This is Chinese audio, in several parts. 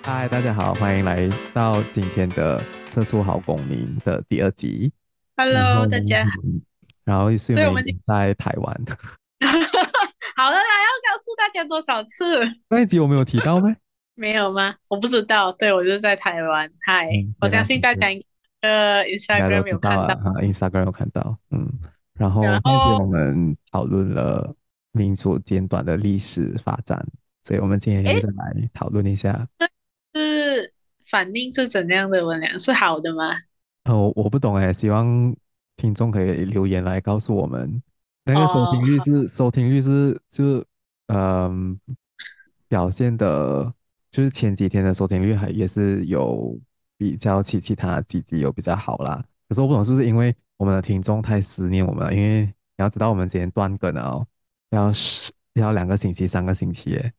嗨，大家好，欢迎来到今天的《社畜好公民》的第二集。然 Hello， 后， 大家好。 然后是因对，我为们今在台湾， 好了啦，要告诉大家多少次？ 那一集我没有提到吗？ 没有吗？我不知道。对，我就是在台湾。嗨， 嗯， 我没相信大家关系， 应该应该都 Instagram 知道啊， 有看到。 哈，Instagram 有看到，然后上一集然后， 我们讨论了民主简短的历史发展，所以我们今天又诶， 再来讨论一下。 是反应是怎样的？文良是好的吗？ 我不懂哎，希望听众可以留言来告诉我们，那个哦，好， 收听率是嗯、表现的，就是前几天的收听率还也是有比较起其他几集有比较好啦。可是我不懂是不是因为我们的听众太思念我们了，因为你要知道我们之前断更了哦，要2个星期、3个星期耶。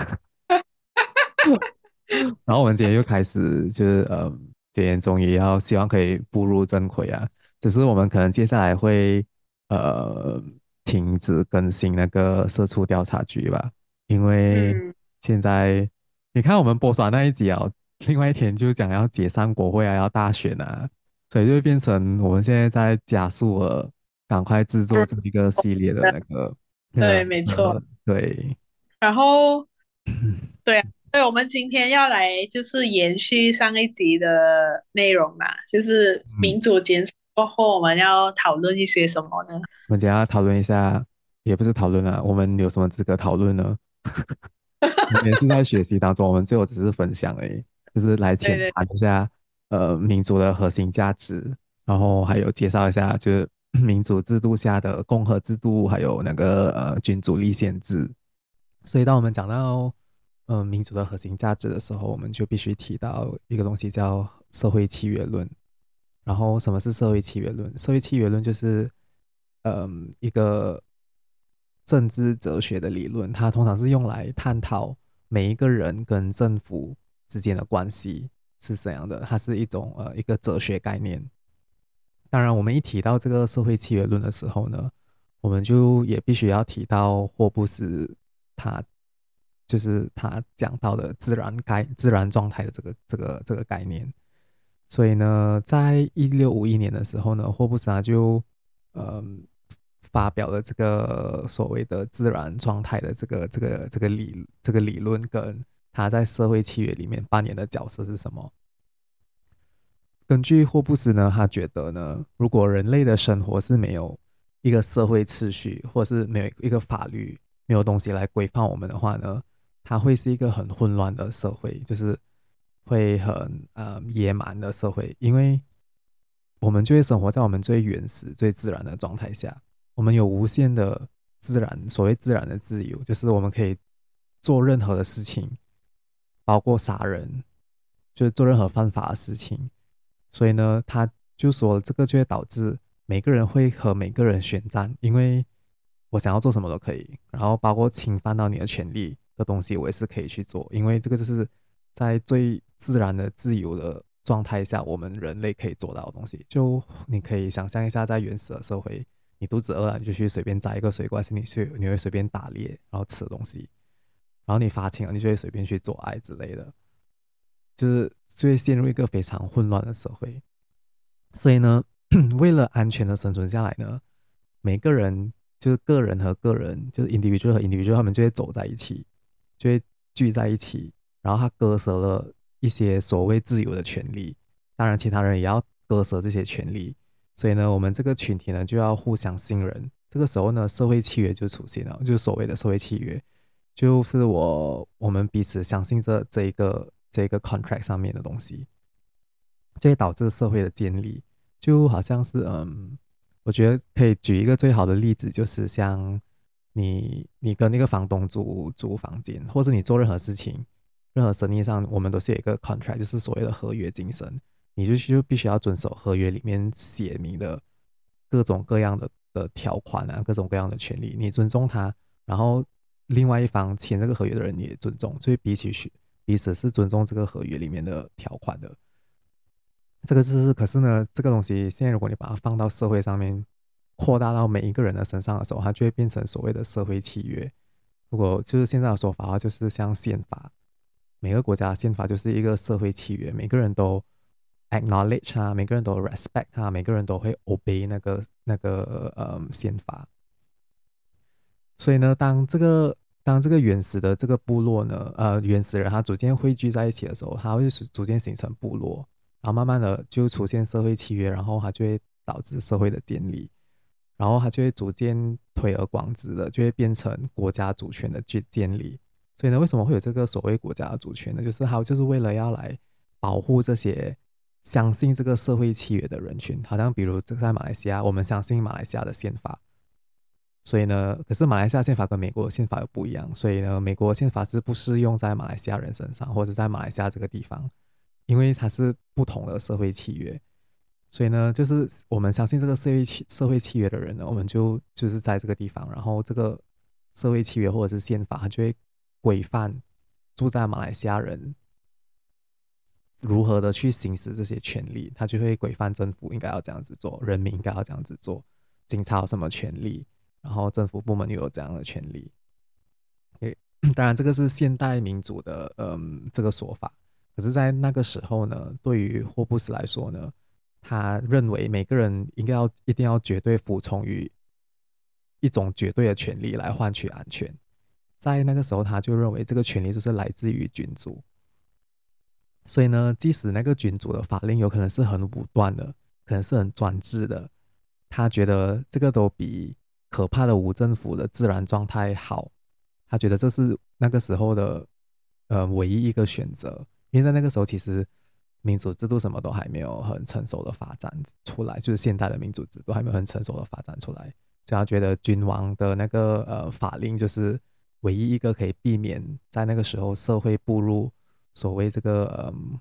然后我们今天又开始今天终于要希望可以步入正轨啊，只是我们可能接下来会呃停止更新那个社畜调查局吧，因为嗯， 现在你看我们播出来那一集啊，另外一天就讲要解散国会啊，要大选啊，所以就会变成我们现在在加速了，赶快制不， 作这一个系列的对，没错。 对。 然后，对啊，对，我们今天要来就是延续上一集的内容嘛，就是嗯。 民主检讨过后，我们要讨论一些什么呢？ 我们今天要讨论一下，也不是讨论啊，我们有什么资格讨论呢？我们也是在学习当中，我们最后只是分享而已，就是来浅对对对， 谈一下民主的核心价值，然后还有介绍一下就是民主制度下的共和制度，还有那个君主立宪制。所以当我们讲到民主的核心价值的时候，我们就必须提到一个东西叫社会契约论。然后什么是社会契约论？社会契约论就是一个政治哲学的理论，它通常是用来探讨每一个人跟政府之间的关系是怎样的，它是一个哲学概念。当然，我们一提到这个社会契约论的时候呢，我们就也必须要提到霍布斯他就是他讲到的自然状态的这个概念。所以呢，在1651年的时候呢，霍布斯他就嗯发表了这个所谓的自然状态的这个理论，跟他在社会契约里面扮演的角色是什么。根据霍布斯呢，他觉得呢，如果人类的生活是没有一个社会秩序，或是没有一个法律，没有东西来规范我们的话呢，它会是一个很混乱的社会，就是会很野蛮的社会，因为我们就会生活在我们最原始、最自然的状态下，我们有无限的所谓自然的自由，就是我们可以做任何的事情，包括杀人，就是做任何犯法的事情。所以呢，他就说这个就会导致每个人会和每个人宣战，因为我想要做什么都可以，然后包括侵犯到你的权利的东西，我也是可以去做，因为这个就是在最自然的自由的状态下，我们人类可以做到的东西。就你可以想象一下，在原始的社会，你肚子饿了，你就去随便摘一个水果，还是你会随便打猎，然后吃东西，然后你发情了，你就会随便去做爱之类的。就会陷入一个非常混乱的社会。所以呢，为了安全的生存下来呢，每个人就是个人和个人，就是 individual 和 individual，他们就会走在一起，就会聚在一起，然后他割舍了一些所谓自由的权利，当然其他人也要割舍这些权利。所以呢，我们这个群体呢就要互相信任。这个时候呢，社会契约就出现了，就是所谓的社会契约。就是我们彼此相信这一个 contract 上面的东西，就会导致社会的建立。就好像是我觉得可以举一个最好的例子，就是像你跟那个房东租房间，或是你做任何事情，任何生意上，我们都是有一个 contract，就是所谓的合约精神，你就必须要遵守合约里面写明的各种各样的条款啊，各种各样的权利，你尊重它，然后另外一方签这个合约的人你也尊重，所以彼此是尊重这个合约里面的条款的。这个就是，可是呢，这个东西现在如果你把它放到社会上面，扩大到每一个人的身上的时候，它就会变成所谓的社会契约。如果就是现在的说法的话，就是像宪法， 每个国家的宪法就是一个社会契约，每个人都 acknowledge 它，每个人都 respect 它，每个人都会 obey 那个宪法。所以呢，当这个原始的这个部落呢，原始人他逐渐汇聚在一起的时候，他会逐渐形成部落，然后慢慢的就出现社会契约，然后它就会导致社会的建立，然后它就会逐渐推而广之的，就会变成国家主权的建立。所以呢，为什么会有这个所谓国家的主权呢？就是它就是为了要来保护这些相信这个社会契约的人群，好像比如在马来西亚，我们相信马来西亚的宪法。所以呢，可是马来西亚宪法跟美国的宪法又不一样，所以呢，美国宪法是不适用在马来西亚人身上，或者在马来西亚这个地方，因为它是不同的社会契约。所以呢，就是我们相信这个社会契约的人呢，我们就是在这个地方，然后这个社会契约或者是宪法，它就会规范住在马来西亚人如何的去行使这些权利，它就会规范政府应该要这样子做，人民应该要这样子做，警察有什么权利，然后政府部门又有这样的权利。诶，当然这个是现代民主的这个说法，可是，在那个时候呢，对于霍布斯来说呢，他认为每个人一定要绝对服从于一种绝对的权利来换取安全。在那个时候，他就认为这个权利就是来自于君主。所以呢，即使那个君主的法令有可能是很武断的，可能是很专制的，他觉得这个都比可怕的无政府的自然状态好。他觉得这是那个时候的唯一一个选择，因为在那个时候其实民主制度什么都还没有很成熟的发展出来，就是现代的民主制度还没有很成熟的发展出来，所以他觉得君王的那个法令就是唯一一个可以避免在那个时候社会步入所谓这个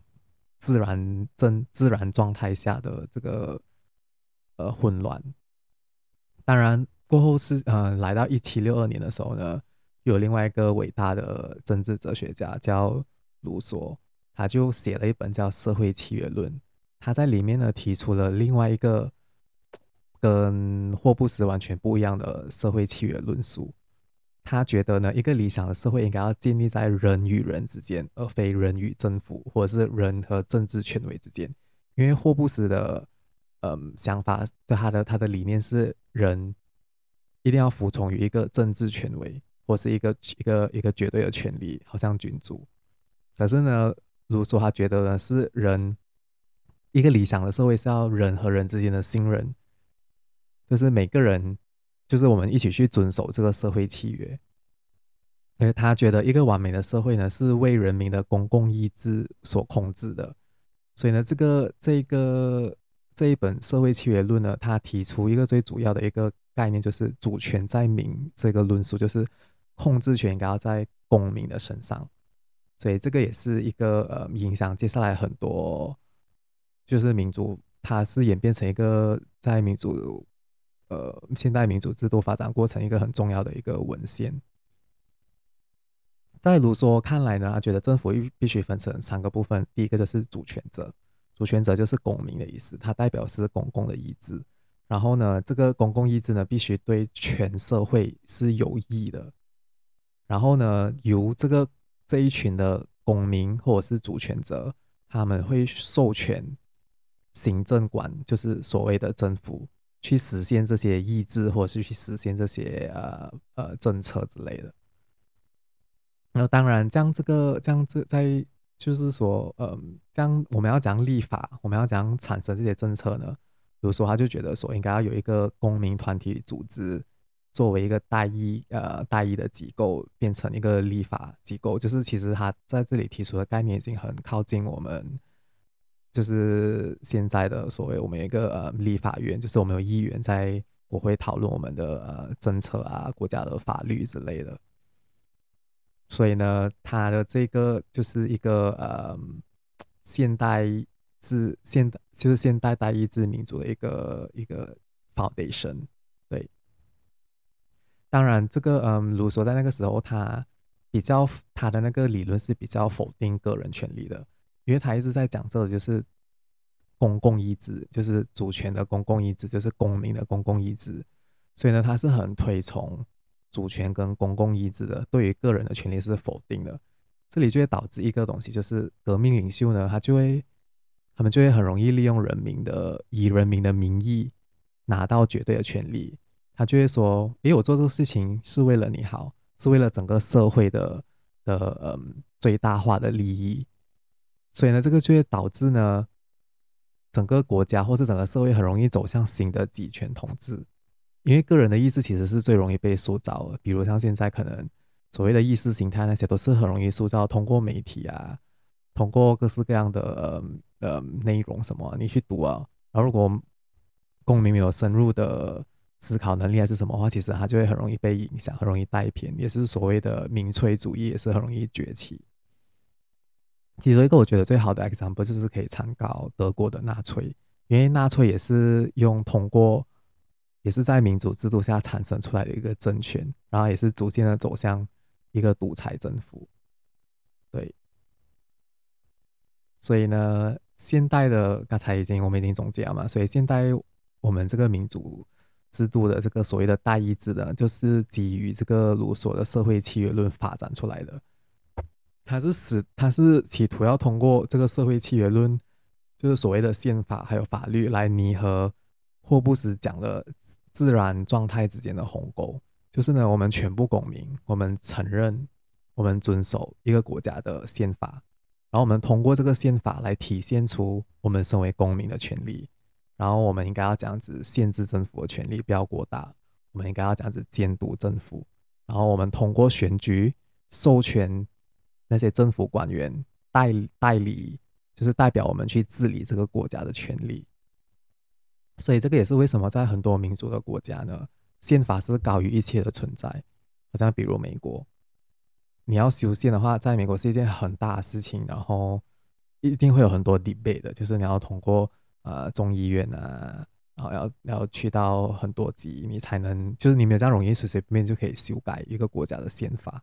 自然状态下的这个混乱。当然过后是来到1762年的时候呢，有另外一个伟大的政治哲学家叫卢梭，他就写了一本叫《社会契约论》，他在里面呢提出了另外一个跟霍布斯完全不一样的社会契约论述。他觉得呢，一个理想的社会应该要建立在人与人之间，而非人与政府或者是人和政治权威之间。因为霍布斯的想法，他的理念是人一定要服从于一个政治权威，或是一个绝对的权利，好像君主。可是呢，如说他觉得呢，是人一个理想的社会是要人和人之间的信任，就是每个人，就是我们一起去遵守这个社会契约。而他觉得一个完美的社会呢，是为人民的公共意志所控制的。所以呢，这一本社会契约论呢，他提出一个最主要的一个概念，就是主权在民这个论述，就是控制权应该要在公民的身上。所以这个也是一个影响接下来很多，就是民主，它是演变成一个在现代民主制度发展过程一个很重要的一个文献。在卢梭看来呢，他觉得政府必须分成3个部分。第一个就是主权者，主权者就是公民的意思，它代表是公共的意志。然后呢，这个公共意志呢，必须对全社会是有益的。然后呢，由这一群的公民或者是主权者，他们会授权行政官，就是所谓的政府，去实现这些意志，或者是去实现这些政策之类的。那当然，这样子在就是说，这样我们要讲立法，我们要讲产生这些政策呢。比如说，他就觉得说，应该要有一个公民团体组织，作为一个代议的机构，变成一个立法机构。就是其实他在这里提出的概念已经很靠近我们，就是现在的所谓我们有一个立法院，就是我们有议员在国会讨论我们的政策啊、国家的法律之类的。所以呢，它的这个就是一个现代就是现代代议制民主的一个 foundation。对，当然这个卢梭在那个时候他的那个理论是比较否定个人权利的，因为他一直在讲这个就是公共意志，就是主权的公共意志，就是公民的公共意志。所以呢，他是很推崇主权跟公共意志的，对于个人的权利是否定的。 这里就会导致一个东西，就是革命领袖呢，他们就会很容易利用以人民的名义拿到绝对的权利。他就会说：“诶，我做这个事情是为了你好，是为了整个社会最大化的利益。”所以呢，这个就会导致呢，整个国家或是整个社会很容易走向新的集权统治。因为个人的意志其实是最容易被塑造的，比如像现在可能所谓的意识形态那些都是很容易塑造，通过媒体啊，通过各式各样的内容什么，你去读啊，然后如果公民没有深入的思考能力还是什么的话，其实他就会很容易被影响，很容易带偏，也是所谓的民粹主义也是很容易崛起。其中一个我觉得最好的 example 就是可以参考德国的纳粹，因为纳粹也是通过，也是在民主制度下产生出来的一个政权，然后也是逐渐的走向一个独裁政府。对，所以呢，现代的刚才我们已经总结了嘛，所以现代我们这个民主制度的这个所谓的代议制呢，就是基于这个卢梭的社会契约论发展出来的。他是企图要通过这个社会契约论，就是所谓的宪法还有法律来弥合霍布斯讲的自然状态之间的鸿沟。就是呢，我们全部公民，我们承认，我们遵守一个国家的宪法，然后我们通过这个宪法来体现出我们身为公民的权利。然后我们应该要这样子限制政府的权利，不要过大。我们应该要这样子监督政府。然后我们通过选举授权那些政府官员代理，就是代表我们去治理这个国家的权利。所以这个也是为什么在很多民主的国家呢，宪法是高于一切的存在。好像比如美国，你要修宪的话，在美国是一件很大的事情，然后一定会有很多 debate 的，就是你要通过众议院啊，然后要去到很多级，你才能，就是你没有这样容易随随便便就可以修改一个国家的宪法。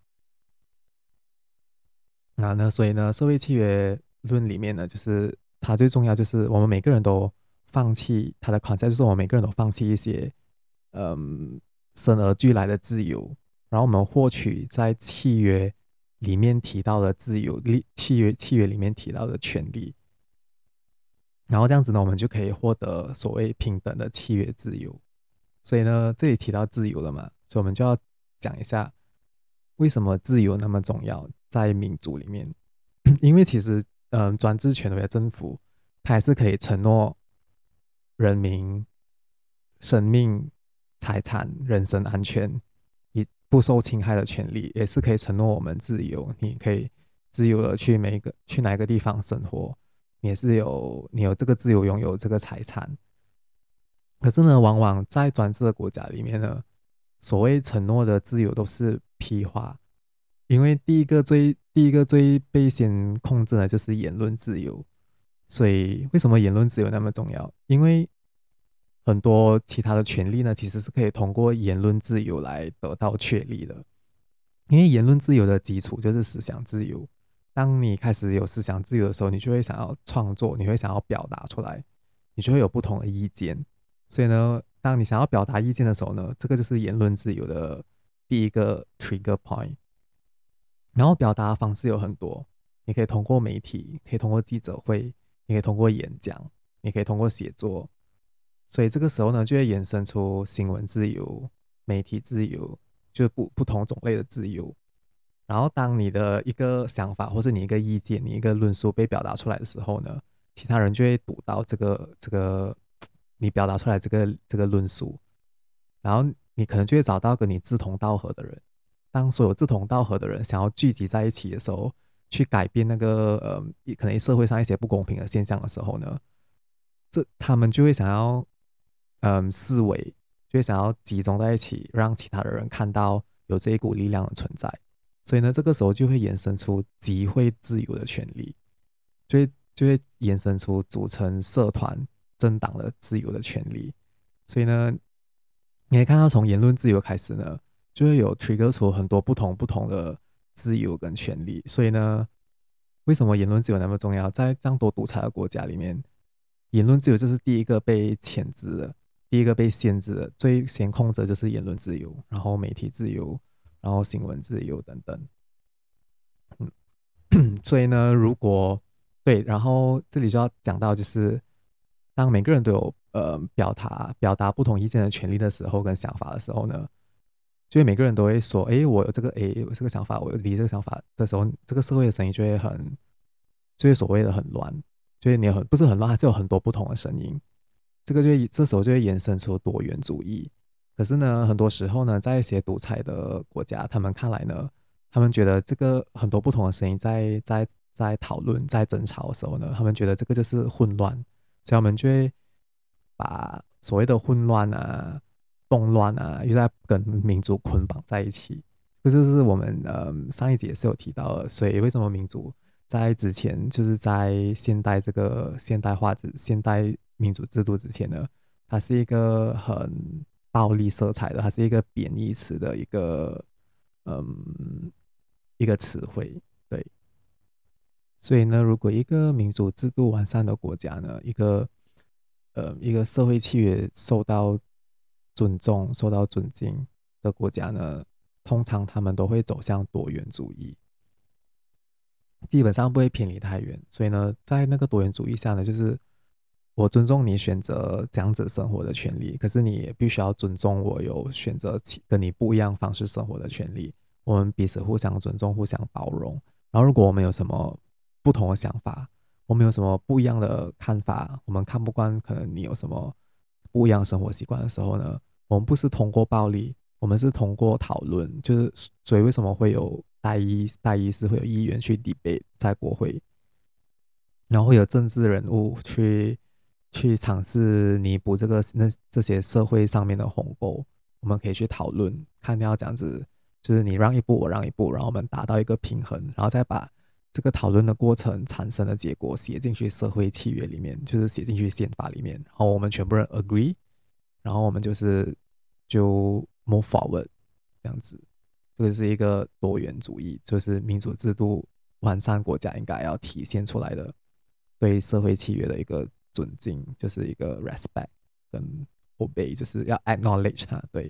所以呢，社会契约论里面呢，就是它最重要就是我们每个人都放弃它的 concept，就是我们每个人都放弃一些嗯生而俱来的自由，然后我们获取在契约里面提到的自由，契约里面提到的权利，然后这样子呢，我们就可以获得所谓平等的契约自由。所以呢，这里提到自由了嘛，所以我们就要讲一下为什么自由那么重要在民主里面。因为其实，专制权威的政府，它还是可以承诺人民生命、财产、人身安全以不受侵害的权利，也是可以承诺我们自由，你可以自由的去哪一个地方生活，你有这个自由拥有这个财产。可是呢，往往在专制的国家里面呢，所谓承诺的自由都是屁话，因为第一个最被先控制的就是言论自由。所以为什么言论自由那么重要？因为很多其他的权利呢，其实是可以通过言论自由来得到确立的。因为言论自由的基础就是思想自由。当你开始有思想自由的时候，你就会想要创作，你会想要表达出来，你就会有不同的意见。所以呢，当你想要表达意见的时候呢，这个就是言论自由的第一个 trigger point。然后表达的方式有很多，你可以通过媒体，可以通过记者会，你可以通过演讲，你可以通过写作。所以这个时候呢，就会衍生出新闻自由、媒体自由，就不同种类的自由。然后当你的一个想法或是你一个意见、你一个论述被表达出来的时候呢，其他人就会读到你表达出来这个论述，然后你可能就会找到跟你志同道合的人。当所有志同道合的人想要聚集在一起的时候，去改变那个可能社会上一些不公平的现象的时候呢，他们就会想要思维，就会想要集中在一起，让其他的人看到有这一股力量的存在。所以呢，这个时候就会衍生出集会自由的权利，就会衍生出组成社团、政党的自由的权利。所以呢，你可以看到从言论自由开始呢，就会有 trigger 出很多不同的自由跟权利。所以呢，为什么言论自由那么重要？在这样多独裁的国家里面，言论自由就是第一个被牵制的，第一个被限制的，最先控制的就是言论自由，然后媒体自由，然后新闻自由等等。嗯， 所以呢，如果对，然后这里就要讲到，就是当每个人都有表达不同意见的权利的时候，跟想法的时候呢，就会每个人都会说，诶，我有这个 A，有这个想法，我有 B 这个想法的时候，这个社会的声音就会所谓的很乱，就是你不是很乱，还是有很多不同的声音，这时候就会延伸出多元主义。可是呢，很多时候呢，在一些独裁的国家，他们看来呢，他们觉得这个很多不同的声音在讨论、在争吵的时候呢，他们觉得这个就是混乱，所以他们就会把所谓的混乱啊、动乱啊，又在跟民族捆绑在一起。这就是我们上一集也是有提到的，所以为什么民族在之前就是在现代化现代民主制度之前呢，它是一个很暴力色彩的，它是一个贬义词的嗯一个词汇，对。所以呢，如果一个民主制度完善的国家呢，一个社会契约受到尊重、受到尊敬的国家呢，通常他们都会走向多元主义，基本上不会偏离太远。所以呢，在那个多元主义下呢，就是我尊重你选择这样子生活的权利，可是你也必须要尊重我有选择跟你不一样方式生活的权利。我们彼此互相尊重、互相包容。然后，如果我们有什么不同的想法，我们有什么不一样的看法，我们看不惯可能你有什么不一样的生活习惯的时候呢，我们不是通过暴力，我们是通过讨论。就是所以为什么会有代议是会有议员去 debate 在国会，然后会有政治人物去尝试弥补这些社会上面的鸿沟。我们可以去讨论，看要这样子，就是你让一步，我让一步，然后我们达到一个平衡，然后再把这个讨论的过程产生的结果写进去社会契约里面，就是写进去宪法里面，然后我们全部人 agree，然后我们就 move forward 这样子。这个是一个多元主义，就是民主制度完善国家应该要体现出来的对社会契约的一个尊敬，就是一个 respect 跟 obey，就是要 acknowledge 它。对，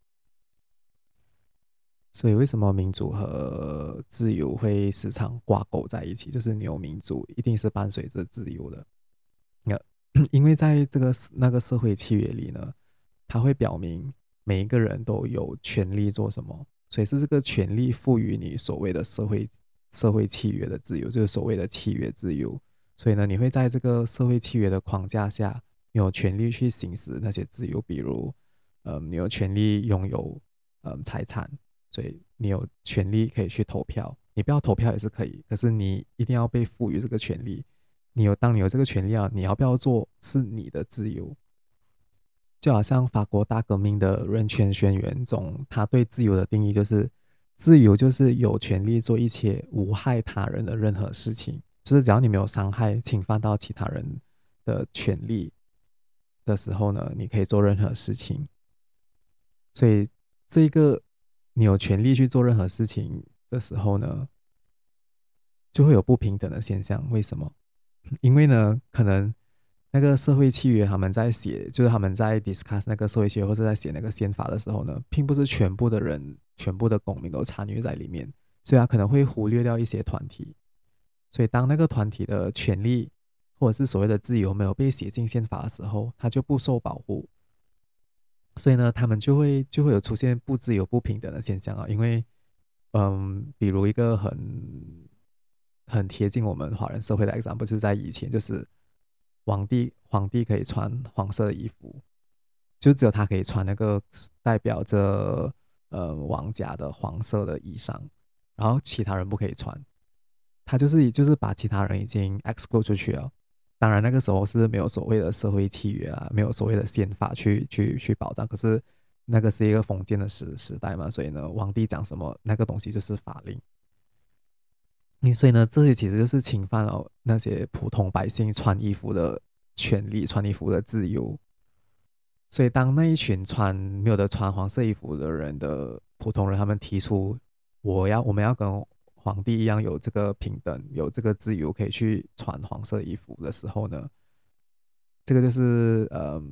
所以为什么民主和自由会时常挂钩在一起？就是你有民主，一定是伴随着自由的。那因为在那个社会契约里呢，它会表明每一个人都有权利做什么，所以是这个权利赋予你所谓的社会契约的自由，就是所谓的契约自由。所以呢，你会在这个社会契约的框架下，你有权利去行使那些自由，比如，你有权利拥有财产，所以你有权利可以去投票。你不要投票也是可以，可是你一定要被赋予这个权利。当你有这个权利啊，你要不要做是你的自由。就好像法国大革命的人权宣言中，他对自由的定义就是，自由就是有权利做一切无害他人的任何事情，就是只要你没有伤害、侵犯到其他人的权利的时候呢，你可以做任何事情。所以这个你有权利去做任何事情的时候呢，就会有不平等的现象。为什么？因为呢，可能那个社会契约他们在写，就是他们在 discuss 那个社会契约或者在写那个宪法的时候呢，并不是全部的人、全部的公民都参与在里面，所以他可能会忽略掉一些团体。所以当那个团体的权利或者是所谓的自由没有被写进宪法的时候，他就不受保护。所以呢，他们就会有出现不自由、不平等的现象啊。因为，比如一个很贴近我们华人社会的 example，就是在以前，就是皇帝可以穿黄色的衣服，就只有他可以穿那个代表着王家的黄色的衣裳，然后其他人不可以穿。他就是把其他人已经 exclude 出去了。当然那个时候是没有所谓的社会契约啊，没有所谓的宪法去保障。可是那个是一个封建的时代嘛，所以呢，皇帝讲什么，那个东西就是法令。所以呢，这些其实就是侵犯了那些普通百姓穿衣服的权利、穿衣服的自由。所以当那一群没有的穿黄色衣服的人的普通人，他们提出我们要跟皇帝一样有这个平等，有这个自由可以去穿黄色衣服的时候呢，这个就是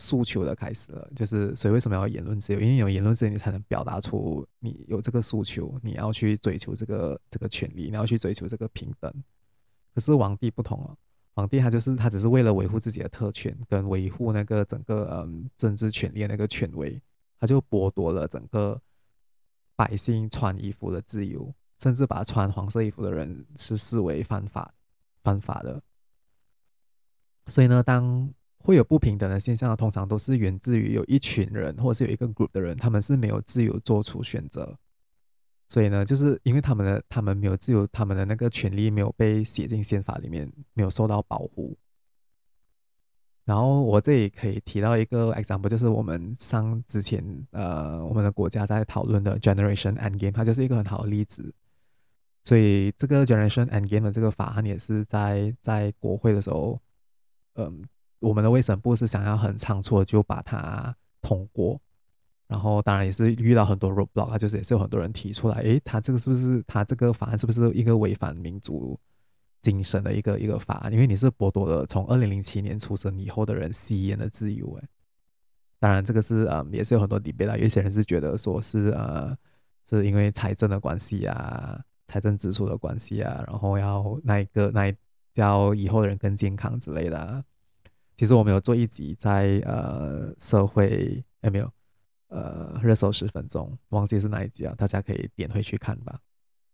诉求的开始了。就是所以为什么要言论自由？因为有言论自由，你才能表达出你有这个诉求，你要去追求这个权利，你要去追求这个平等。可是皇帝不同了，皇帝他只是为了维护自己的特权跟维护那个整个政治权力的那个权威，他就剥夺了整个百姓穿衣服的自由，甚至把穿黄色衣服的人是视为犯法的。所以呢，当会有不平等的现象，通常都是源自于有一群人或者是有一个 group 的人，他们是没有自由做出选择。所以呢，就是因为他们没有自由，他们的那个权利没有被写进宪法里面，没有受到保护。然后我这里可以提到一个 example，就是我们之前我们的国家在讨论的 Generation Endgame，它就是一个很好的例子。所以这个 Generation Endgame 的这个法案也是在国会的时候，嗯，我们的卫生部是想要很仓促的就把它通过，然后当然也是遇到很多 roadblock，就是也是有很多人提出来，诶，他这个法案是不是一个违反民主精神的一个法案？因为你是剥夺了从2007年出生以后的人吸烟的自由，诶，当然这个是也是有很多 debate 啦，有一些人是觉得说是因为财政的关系啊，财政支出的关系啊，然后要以后的人更健康之类的啊。其实我们有做一集在社会，没有热搜10分钟，忘记是哪一集啊，大家可以点回去看吧。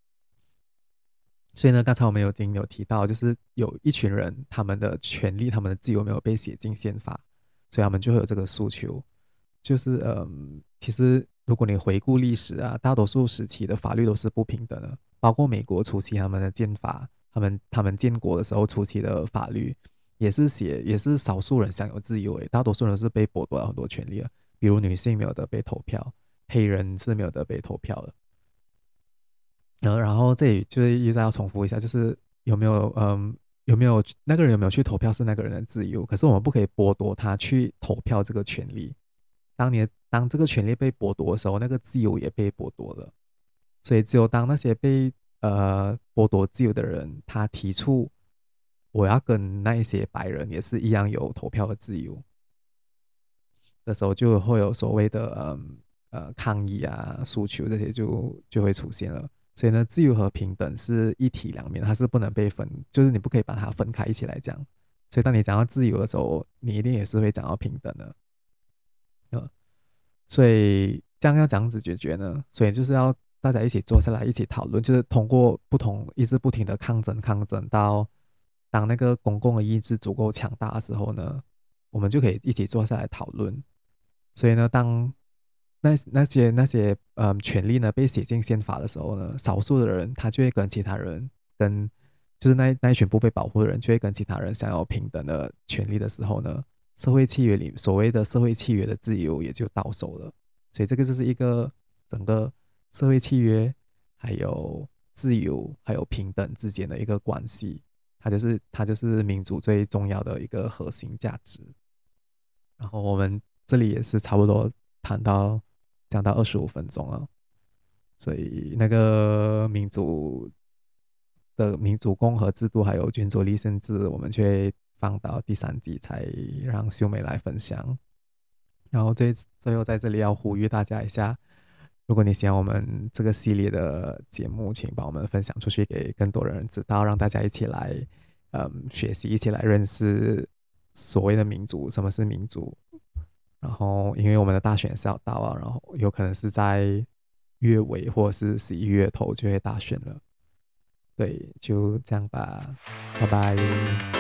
所以呢，刚才我们有提到，就是有一群人，他们的权利、他们的自由没有被写进宪法，所以他们就会有这个诉求。就是其实如果你回顾历史啊，大多数时期的法律都是不平等的，包括美国初期他们的宪法，他们建国的时候初期的法律也是少数人享有自由，大多数人是被剥夺了很多权利的，比如女性没有得被投票，黑人是没有得被投票的。然后这里就是一直要重复一下，就是有没有那个人有没有去投票是那个人的自由，可是我们不可以剥夺他去投票这个权利。当这个权利被剥夺的时候，那个自由也被剥夺了。所以只有当那些被剥夺自由的人，他提出我要跟那一些白人也是一样有投票的自由的时候，就会有所谓的抗议啊、诉求这些就会出现了。所以呢，自由和平等是一体两面，它是不能被分，就是你不可以把它分开一起来讲。所以当你讲到自由的时候，你一定也是会讲到平等的。所以这样要这样子解决呢？所以就是要大家一起坐下来，一起讨论，就是通过一直不停的抗争到当那个公共的意志足够强大的时候呢，我们就可以一起坐下来讨论。所以呢，当那些权利呢被写进宪法的时候呢，少数的人他就会跟其他人跟就是那一群不被保护的人就会跟其他人享有平等的权利的时候呢，社会契约里所谓的社会契约的自由也就到手了。所以这个就是一个整个社会契约还有自由还有平等之间的一个关系，它就是民主最重要的一个核心价值。然后我们这里也是差不多讲到25分钟了，所以那个民主共和制度还有君主立宪制，我们却放到第3集才让秀美来分享。然后最后在这里要呼吁大家一下，如果你喜欢我们这个系列的节目，请帮我们分享出去给更多人知道，让大家一起来学习，一起来认识所谓的民主，什么是民主。然后因为我们的大选是要到啊，然后有可能是在月尾或者是11月头就会大选了。对，就这样吧，拜拜。